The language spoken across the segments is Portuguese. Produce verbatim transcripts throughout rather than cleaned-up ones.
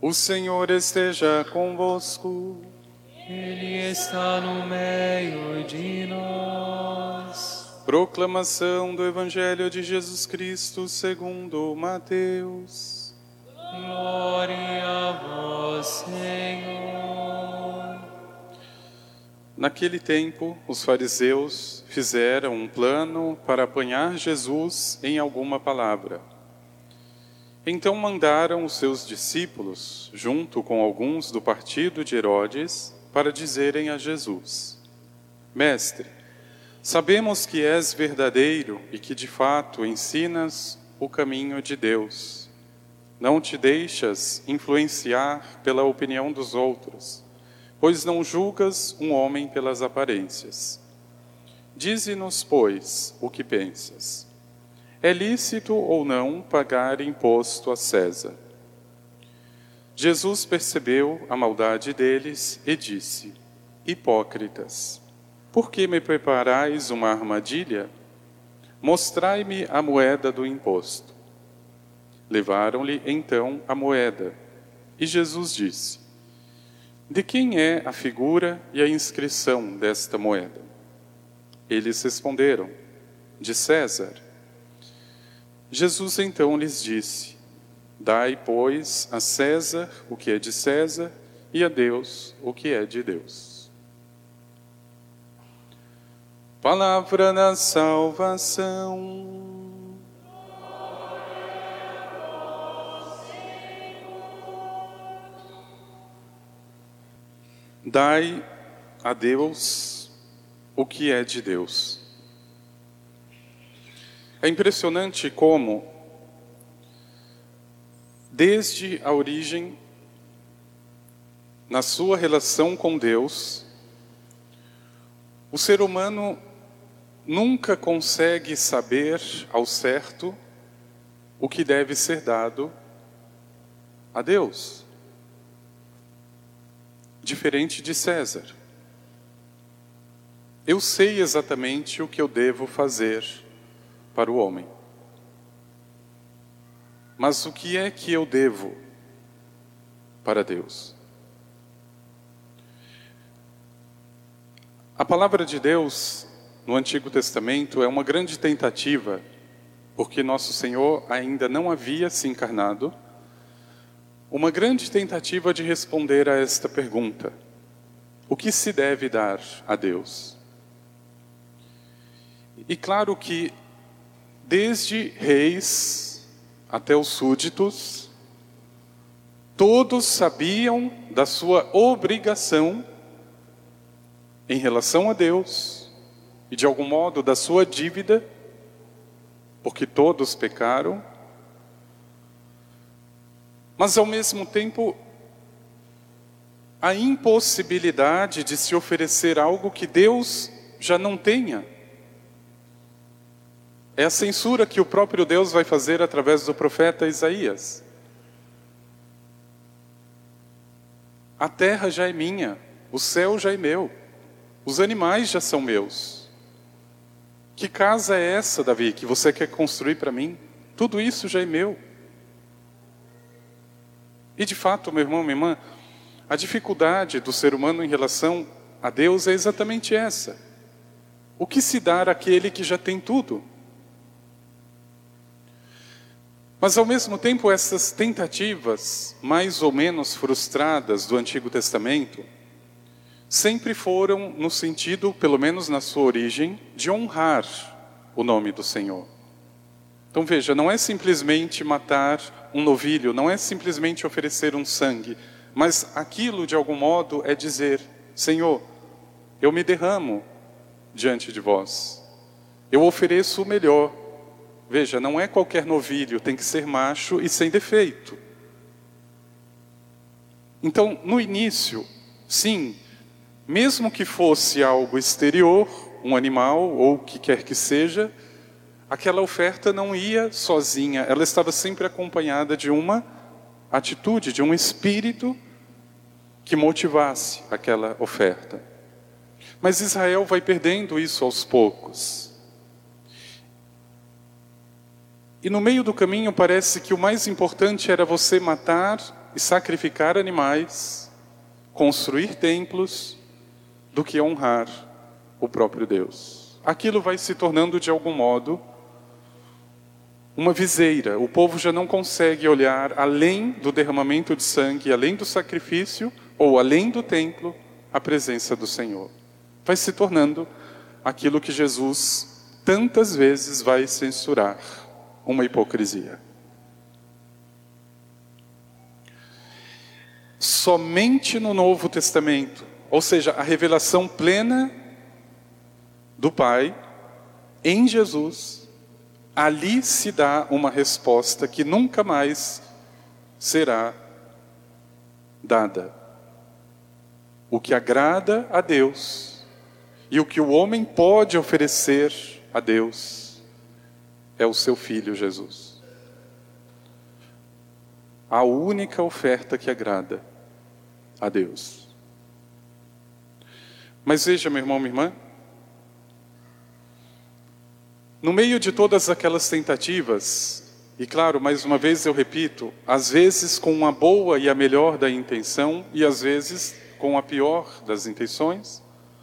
O Senhor esteja convosco. Ele está no meio de nós. Proclamação do Evangelho de Jesus Cristo segundo Mateus. Glória a vós, Senhor. Naquele tempo, os fariseus fizeram um plano para apanhar Jesus em alguma palavra. Então mandaram os seus discípulos, junto com alguns do partido de Herodes, para dizerem a Jesus: Mestre, sabemos que és verdadeiro e que de fato ensinas o caminho de Deus. Não te deixas influenciar pela opinião dos outros, pois não julgas um homem pelas aparências. Dize-nos, pois, o que pensas. É lícito ou não pagar imposto a César? Jesus percebeu a maldade deles e disse: Hipócritas, por que me preparais uma armadilha? Mostrai-me a moeda do imposto. Levaram-lhe então a moeda, e Jesus disse: De quem é a figura e a inscrição desta moeda? Eles responderam: De César. Jesus então lhes disse: Dai, pois, a César o que é de César e a Deus o que é de Deus. Palavra da salvação. Dai a Deus o que é de Deus. É impressionante como, desde a origem, na sua relação com Deus, o ser humano nunca consegue saber ao certo o que deve ser dado a Deus. Diferente de César. Eu sei exatamente o que eu devo fazer para o homem. Mas o que é que eu devo para Deus? A palavra de Deus no Antigo Testamento é uma grande tentativa, porque nosso Senhor ainda não havia se encarnado, uma grande tentativa de responder a esta pergunta: o que se deve dar a Deus? E claro que desde reis até os súditos, todos sabiam da sua obrigação em relação a Deus e de algum modo da sua dívida, porque todos pecaram. Mas ao mesmo tempo, a impossibilidade de se oferecer algo que Deus já não tenha. É a censura que o próprio Deus vai fazer através do profeta Isaías. A terra já é minha, o céu já é meu, os animais já são meus. Que casa é essa, Davi, que você quer construir para mim? Tudo isso já é meu. E de fato, meu irmão, minha irmã, a dificuldade do ser humano em relação a Deus é exatamente essa. O que se dar àquele que já tem tudo? Mas ao mesmo tempo, essas tentativas, mais ou menos frustradas do Antigo Testamento, sempre foram no sentido, pelo menos na sua origem, de honrar o nome do Senhor. Então veja, não é simplesmente matar um novilho, não é simplesmente oferecer um sangue, mas aquilo de algum modo é dizer: Senhor, eu me derramo diante de vós, eu ofereço o melhor. Veja, não é qualquer novilho, tem que ser macho e sem defeito. Então, no início, sim, mesmo que fosse algo exterior, um animal ou o que quer que seja, aquela oferta não ia sozinha, ela estava sempre acompanhada de uma atitude, de um espírito que motivasse aquela oferta. Mas Israel vai perdendo isso aos poucos. E no meio do caminho parece que o mais importante era você matar e sacrificar animais, construir templos, do que honrar o próprio Deus. Aquilo vai se tornando, de algum modo, uma viseira. O povo já não consegue olhar além do derramamento de sangue, além do sacrifício, ou além do templo, a presença do Senhor. Vai se tornando aquilo que Jesus tantas vezes vai censurar, uma hipocrisia. Somente no Novo Testamento, ou seja, a revelação plena do Pai em Jesus, ali se dá uma resposta que nunca mais será dada. O que agrada a Deus e o que o homem pode oferecer a Deus é o seu Filho Jesus. A única oferta que agrada a Deus. Mas veja, meu irmão, minha irmã, no meio de todas aquelas tentativas, e claro, mais uma vez eu repito, às vezes com a boa e a melhor da intenção, e às vezes com a pior das intenções,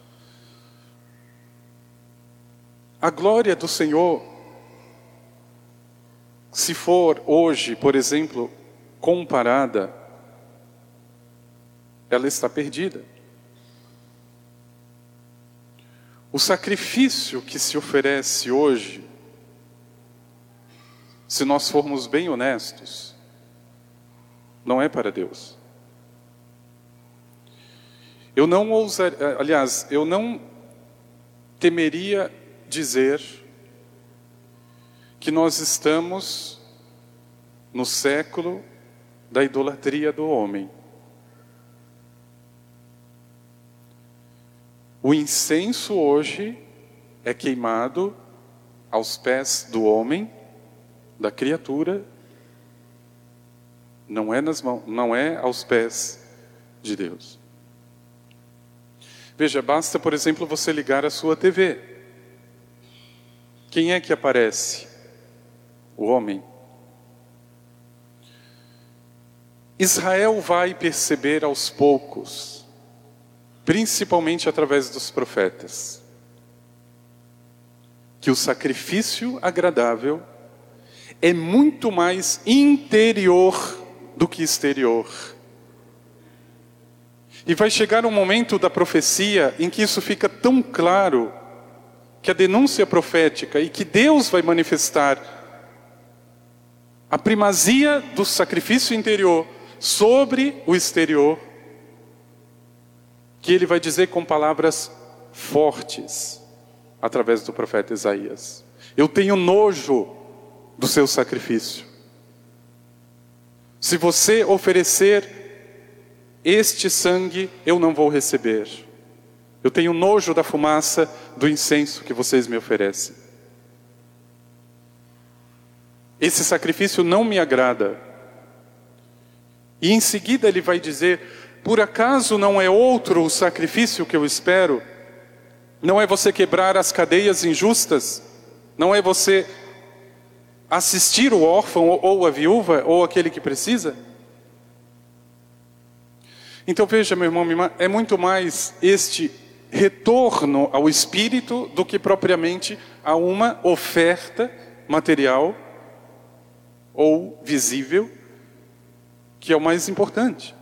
a glória do Senhor, se for hoje, por exemplo, comparada, ela está perdida. O sacrifício que se oferece hoje, se nós formos bem honestos, não é para Deus. Eu não ousaria, aliás, eu não temeria dizer que nós estamos no século da idolatria do homem. O incenso hoje é queimado aos pés do homem, da criatura, não é nas mãos, não é aos pés de Deus. Veja, basta, por exemplo, você ligar a sua T V. Quem é que aparece? O homem. Israel vai perceber aos poucos, principalmente através dos profetas, que o sacrifício agradável é muito mais interior do que exterior. E vai chegar um momento da profecia em que isso fica tão claro, que a denúncia profética e que Deus vai manifestar a primazia do sacrifício interior sobre o exterior, que ele vai dizer com palavras fortes, através do profeta Isaías: eu tenho nojo do seu sacrifício. Se você oferecer este sangue, eu não vou receber. Eu tenho nojo da fumaça do incenso que vocês me oferecem. Esse sacrifício não me agrada. E em seguida ele vai dizer: por acaso não é outro o sacrifício que eu espero? Não é você quebrar as cadeias injustas? Não é você assistir o órfão ou a viúva ou aquele que precisa? Então veja, meu irmão, minha irmã, é muito mais este retorno ao Espírito do que propriamente a uma oferta material ou visível, que é o mais importante.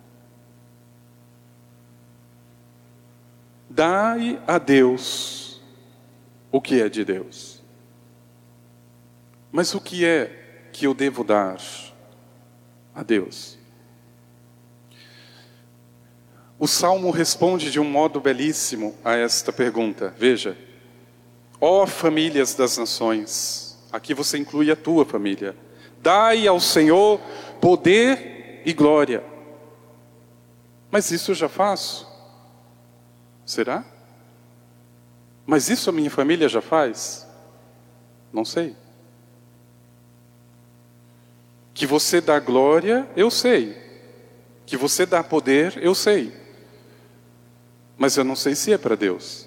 Dai a Deus o que é de Deus. Mas o que é que eu devo dar a Deus? O Salmo responde de um modo belíssimo a esta pergunta. Veja: ó famílias das nações, aqui você inclui a tua família, dai ao Senhor poder e glória. Mas isso eu já faço? Será? Mas isso a minha família já faz? Não sei. Que você dá glória, eu sei. Que você dá poder, eu sei. Mas eu não sei se é para Deus.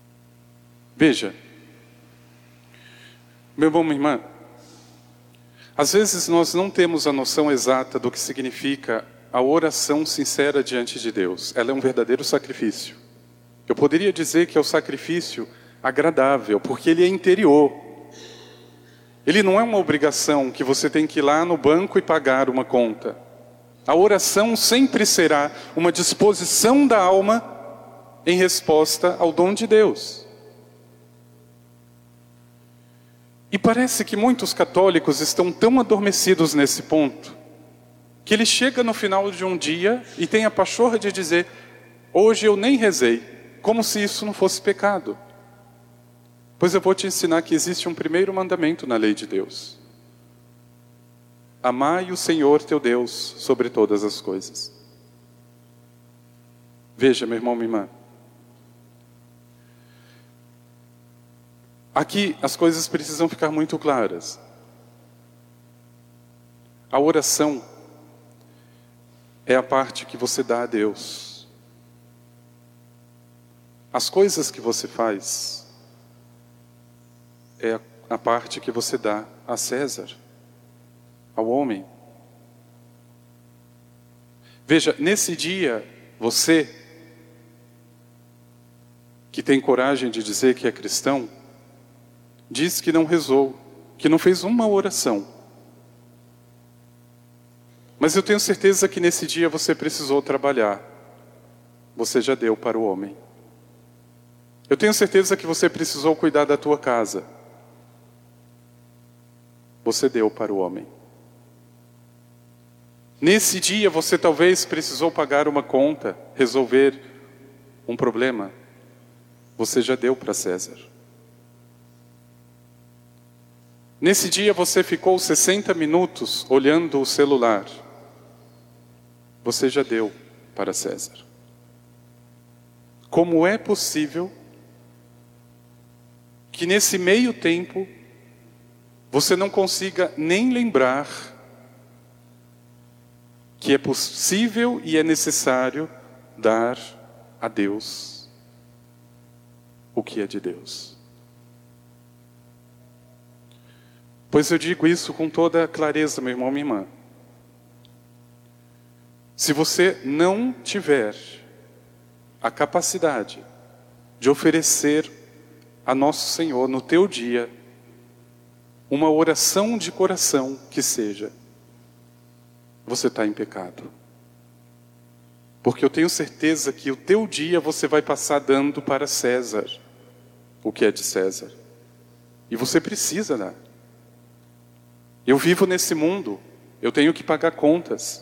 Veja, meu irmão, minha irmã, Às vezes nós não temos a noção exata do que significa a oração sincera diante de Deus. Ela é um verdadeiro sacrifício. Eu poderia dizer que é o sacrifício agradável, porque ele é interior. Ele não é uma obrigação que você tem que ir lá no banco e pagar uma conta. A oração sempre será uma disposição da alma em resposta ao dom de Deus. E parece que muitos católicos estão tão adormecidos nesse ponto, que ele chega no final de um dia e tem a pachorra de dizer: hoje eu nem rezei, como se isso não fosse pecado. Pois eu vou te ensinar que existe um primeiro mandamento na lei de Deus: amai o Senhor teu Deus sobre todas as coisas. Veja, meu irmão, minha irmã, aqui as coisas precisam ficar muito claras. A oração é a parte que você dá a Deus. As coisas que você faz é a parte que você dá a César, ao homem. Veja, nesse dia, você que tem coragem de dizer que é cristão, diz que não rezou, que não fez uma oração. Mas eu tenho certeza que nesse dia você precisou trabalhar. Você já deu para o homem. Eu tenho certeza que você precisou cuidar da tua casa. Você deu para o homem. Nesse dia você talvez precisou pagar uma conta, resolver um problema. Você já deu para César. Nesse dia você ficou sessenta minutos olhando o celular. Você já deu para César. Como é possível que nesse meio tempo você não consiga nem lembrar que é possível e é necessário dar a Deus o que é de Deus? Pois eu digo isso com toda clareza, meu irmão, minha irmã. Se você não tiver a capacidade de oferecer a Nosso Senhor no teu dia uma oração de coração que seja, você está em pecado. Porque eu tenho certeza que o teu dia você vai passar dando para César o que é de César. E você precisa dar. Eu vivo nesse mundo, eu tenho que pagar contas.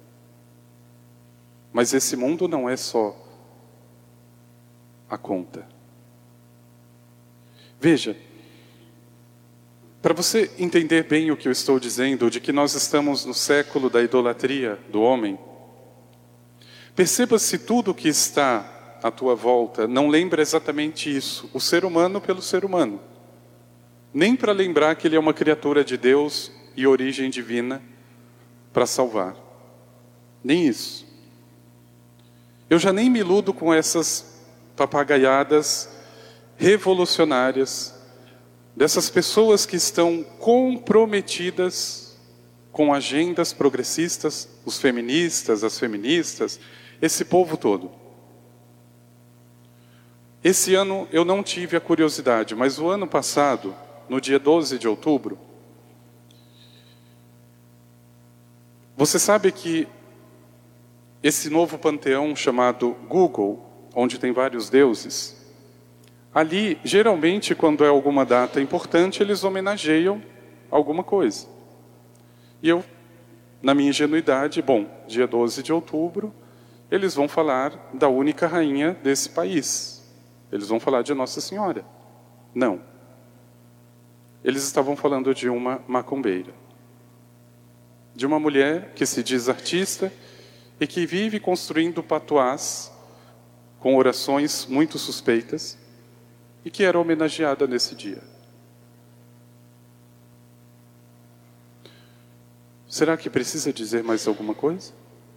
Mas esse mundo não é só a conta. Veja, para você entender bem o que eu estou dizendo, de que nós estamos no século da idolatria do homem, perceba se tudo que está à tua volta não lembra exatamente isso, o ser humano pelo ser humano. Nem para lembrar que ele é uma criatura de Deus e origem divina para salvar. Nem isso. Eu já nem me iludo com essas papagaiadas revolucionárias, dessas pessoas que estão comprometidas com agendas progressistas, os feministas, as feministas, esse povo todo. Esse ano eu não tive a curiosidade, mas o ano passado, no dia doze de outubro, você sabe que esse novo panteão chamado Google, onde tem vários deuses, ali, geralmente, quando é alguma data importante, eles homenageiam alguma coisa. E eu, na minha ingenuidade, bom, dia doze de outubro, eles vão falar da única rainha desse país. Eles vão falar de Nossa Senhora. Não. Eles estavam falando de uma macumbeira. De uma mulher que se diz artista e que vive construindo patuás com orações muito suspeitas e que era homenageada nesse dia. Será que precisa dizer mais alguma coisa?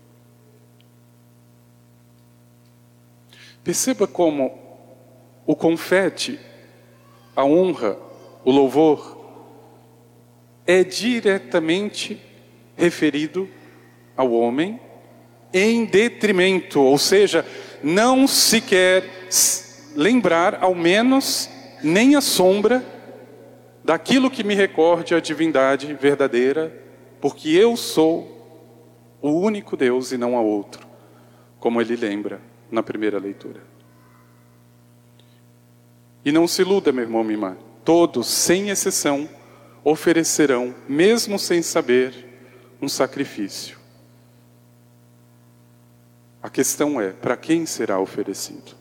Perceba como o confete, a honra, o louvor é diretamente referido ao homem em detrimento, ou seja, não se quer lembrar, ao menos, nem a sombra daquilo que me recorde a divindade verdadeira, porque eu sou o único Deus e não há outro, como ele lembra na primeira leitura. E não se iluda, meu irmão, minha irmã, todos, sem exceção, oferecerão, mesmo sem saber, um sacrifício. A questão é, para quem será oferecido?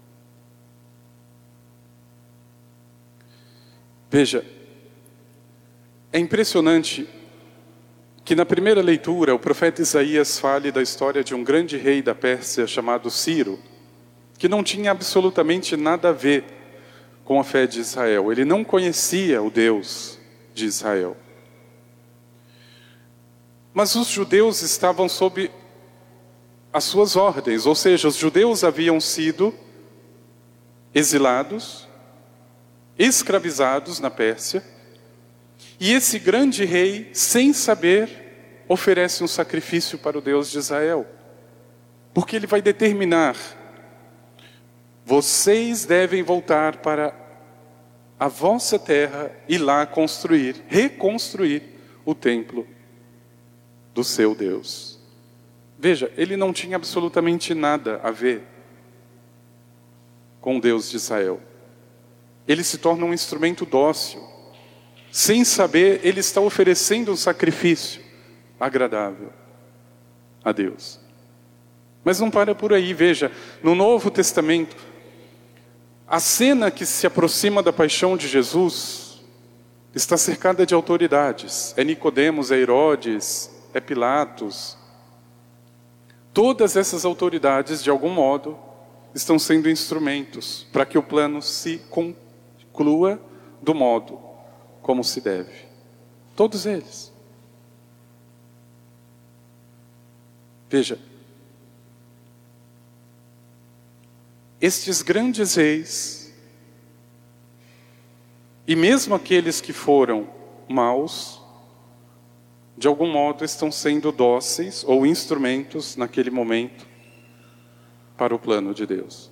Veja, é impressionante que na primeira leitura o profeta Isaías fale da história de um grande rei da Pérsia chamado Ciro, que não tinha absolutamente nada a ver com a fé de Israel. Ele não conhecia o Deus de Israel. Mas os judeus estavam sob as suas ordens, ou seja, os judeus haviam sido exilados, escravizados na Pérsia, e esse grande rei, sem saber, oferece um sacrifício para o Deus de Israel, porque ele vai determinar: vocês devem voltar para a vossa terra e lá construir, reconstruir o templo do seu Deus. Veja, ele não tinha absolutamente nada a ver com o Deus de Israel. Ele se torna um instrumento dócil. Sem saber, ele está oferecendo um sacrifício agradável a Deus. Mas não para por aí, veja, no Novo Testamento, a cena que se aproxima da paixão de Jesus está cercada de autoridades. É Nicodemos, é Herodes, é Pilatos. Todas essas autoridades, de algum modo, estão sendo instrumentos para que o plano se conclua do modo como se deve. Todos eles. Veja, estes grandes reis, e mesmo aqueles que foram maus, de algum modo estão sendo dóceis ou instrumentos naquele momento para o plano de Deus.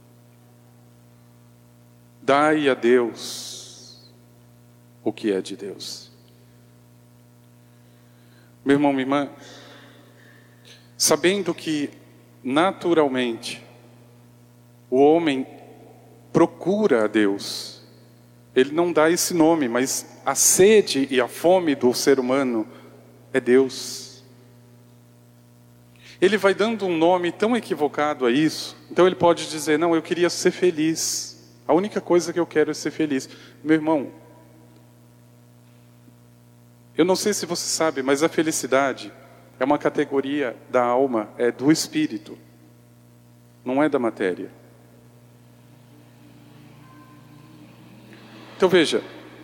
Dai a Deus o que é de Deus. Meu irmão, minha irmã, sabendo que naturalmente o homem procura a Deus, ele não dá esse nome, mas a sede e a fome do ser humano é Deus. Ele vai dando um nome tão equivocado a isso. Então ele pode dizer: não, eu queria ser feliz. A única coisa que eu quero é ser feliz. Meu irmão, eu não sei se você sabe, mas a felicidade é uma categoria da alma, é do espírito, não é da matéria. Então veja,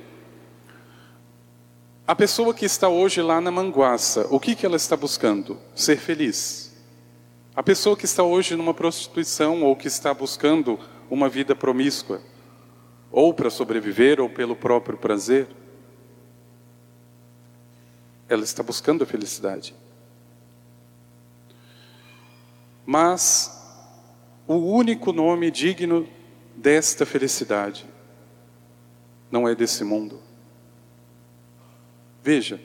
a pessoa que está hoje lá na Manguaça, o que, que ela está buscando? Ser feliz. A pessoa que está hoje numa prostituição ou que está buscando uma vida promíscua, ou para sobreviver ou pelo próprio prazer, ela está buscando a felicidade. Mas o único nome digno desta felicidade não é desse mundo. Veja,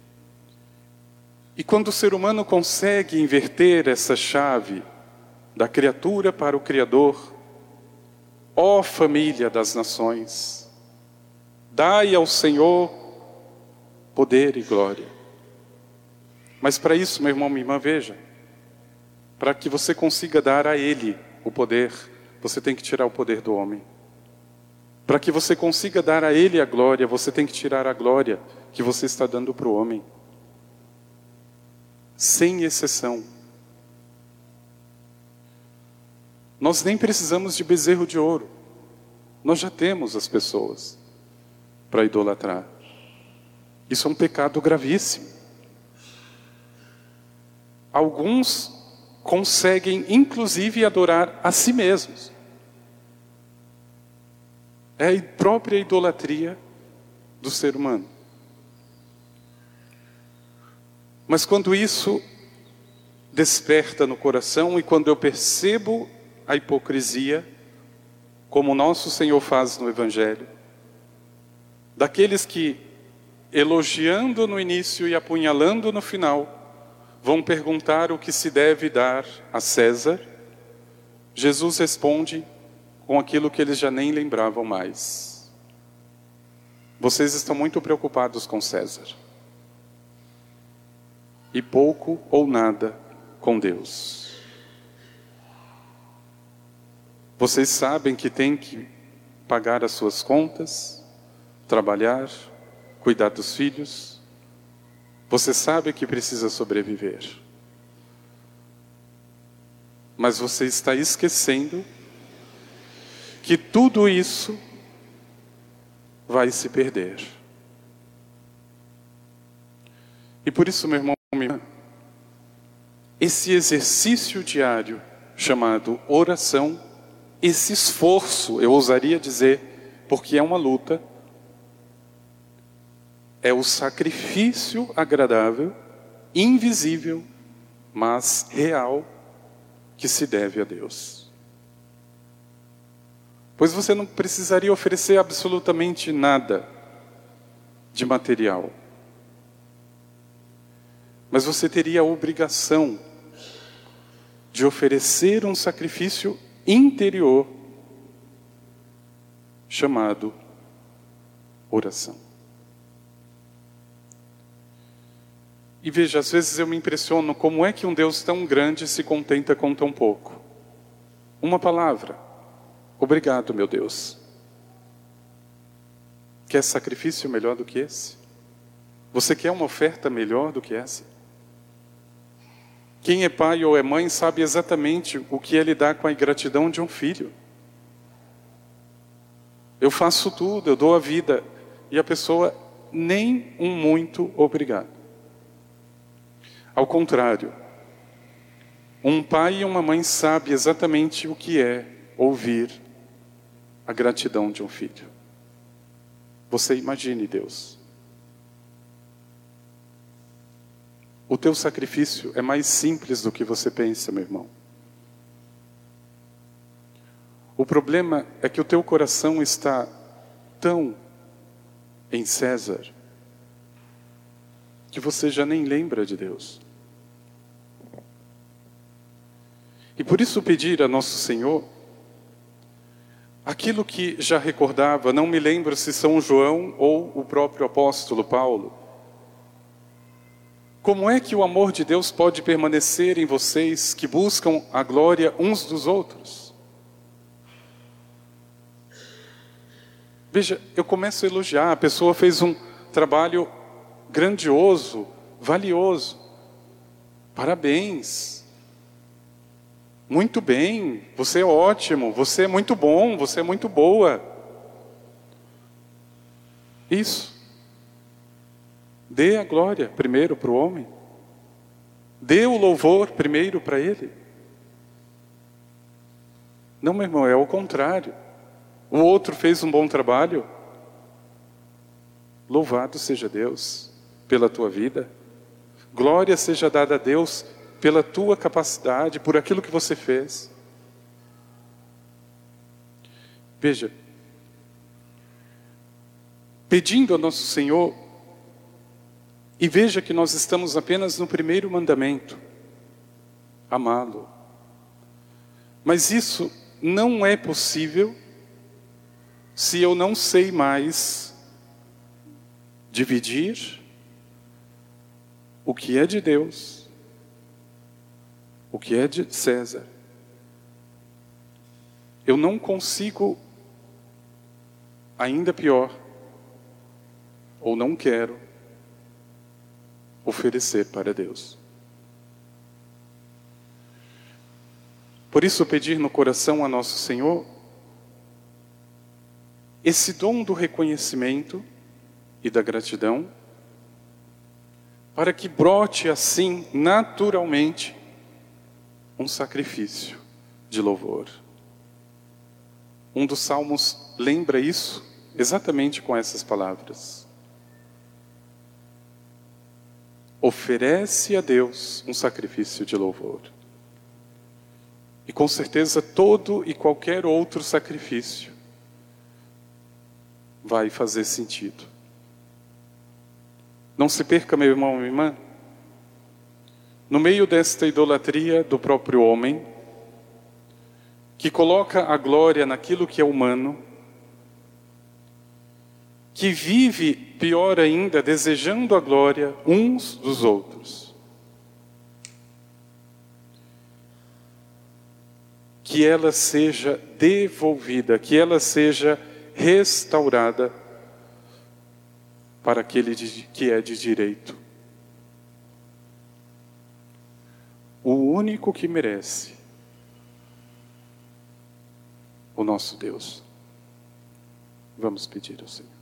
e quando o ser humano consegue inverter essa chave da criatura para o Criador, ó família das nações, dai ao Senhor poder e glória. Mas para isso, meu irmão, minha irmã, veja, para que você consiga dar a Ele o poder, você tem que tirar o poder do homem. Para que você consiga dar a Ele a glória, você tem que tirar a glória que você está dando para o homem. Sem exceção. Nós nem precisamos de bezerro de ouro. Nós já temos as pessoas para idolatrar. Isso é um pecado gravíssimo. Alguns conseguem, inclusive, adorar a si mesmos. É a própria idolatria do ser humano. Mas quando isso desperta no coração e quando eu percebo a hipocrisia, como nosso Senhor faz no Evangelho, daqueles que, elogiando no início e apunhalando no final, vão perguntar o que se deve dar a César, Jesus responde com aquilo que eles já nem lembravam mais. Vocês estão muito preocupados com César. E pouco ou nada com Deus. Vocês sabem que têm que pagar as suas contas, trabalhar, cuidar dos filhos. Você sabe que precisa sobreviver. Mas você está esquecendo que tudo isso vai se perder. E por isso, meu irmão, minha irmã, esse exercício diário chamado oração, esse esforço, eu ousaria dizer, porque é uma luta, é o sacrifício agradável, invisível, mas real, que se deve a Deus. Pois você não precisaria oferecer absolutamente nada de material. Mas você teria a obrigação de oferecer um sacrifício interior chamado oração. E veja, às vezes eu me impressiono como é que um Deus tão grande se contenta com tão pouco. Uma palavra. Obrigado, meu Deus. Quer sacrifício melhor do que esse? Você quer uma oferta melhor do que essa? Quem é pai ou é mãe sabe exatamente o que é lidar com a ingratidão de um filho. Eu faço tudo, eu dou a vida, e a pessoa nem um muito obrigado. Ao contrário, um pai e uma mãe sabem exatamente o que é ouvir a gratidão de um filho. Você imagine Deus. O teu sacrifício é mais simples do que você pensa, meu irmão. O problema é que o teu coração está tão em César que você já nem lembra de Deus. E por isso pedir a Nosso Senhor aquilo que já recordava, não me lembro se São João ou o próprio apóstolo Paulo. Como é que o amor de Deus pode permanecer em vocês que buscam a glória uns dos outros? Veja, eu começo a elogiar, a pessoa fez um trabalho grandioso, valioso. Parabéns. Muito bem, você é ótimo, você é muito bom, você é muito boa. Isso. Dê a glória primeiro para o homem. Dê o louvor primeiro para ele. Não, meu irmão, é o contrário. O outro fez um bom trabalho. Louvado seja Deus pela tua vida. Glória seja dada a Deus pela tua capacidade, por aquilo que você fez. Veja, pedindo a Nosso Senhor, e veja que nós estamos apenas no primeiro mandamento, amá-lo. Mas isso não é possível se eu não sei mais dividir o que é de Deus, o que é de César. Eu não consigo, ainda pior, ou não quero, oferecer para Deus. Por isso, pedir no coração a Nosso Senhor esse dom do reconhecimento e da gratidão, para que brote assim, naturalmente, um sacrifício de louvor. Um dos salmos lembra isso exatamente com essas palavras. oferece a Deus um sacrifício de louvor. E com certeza todo e qualquer outro sacrifício vai fazer sentido. Não se perca, meu irmão e minha irmã. No meio desta idolatria do próprio homem, que coloca a glória naquilo que é humano, que vive, pior ainda, desejando a glória uns dos outros. Que ela seja devolvida, que ela seja restaurada para aquele que é de direito. O único que merece, o nosso Deus. Vamos pedir ao Senhor.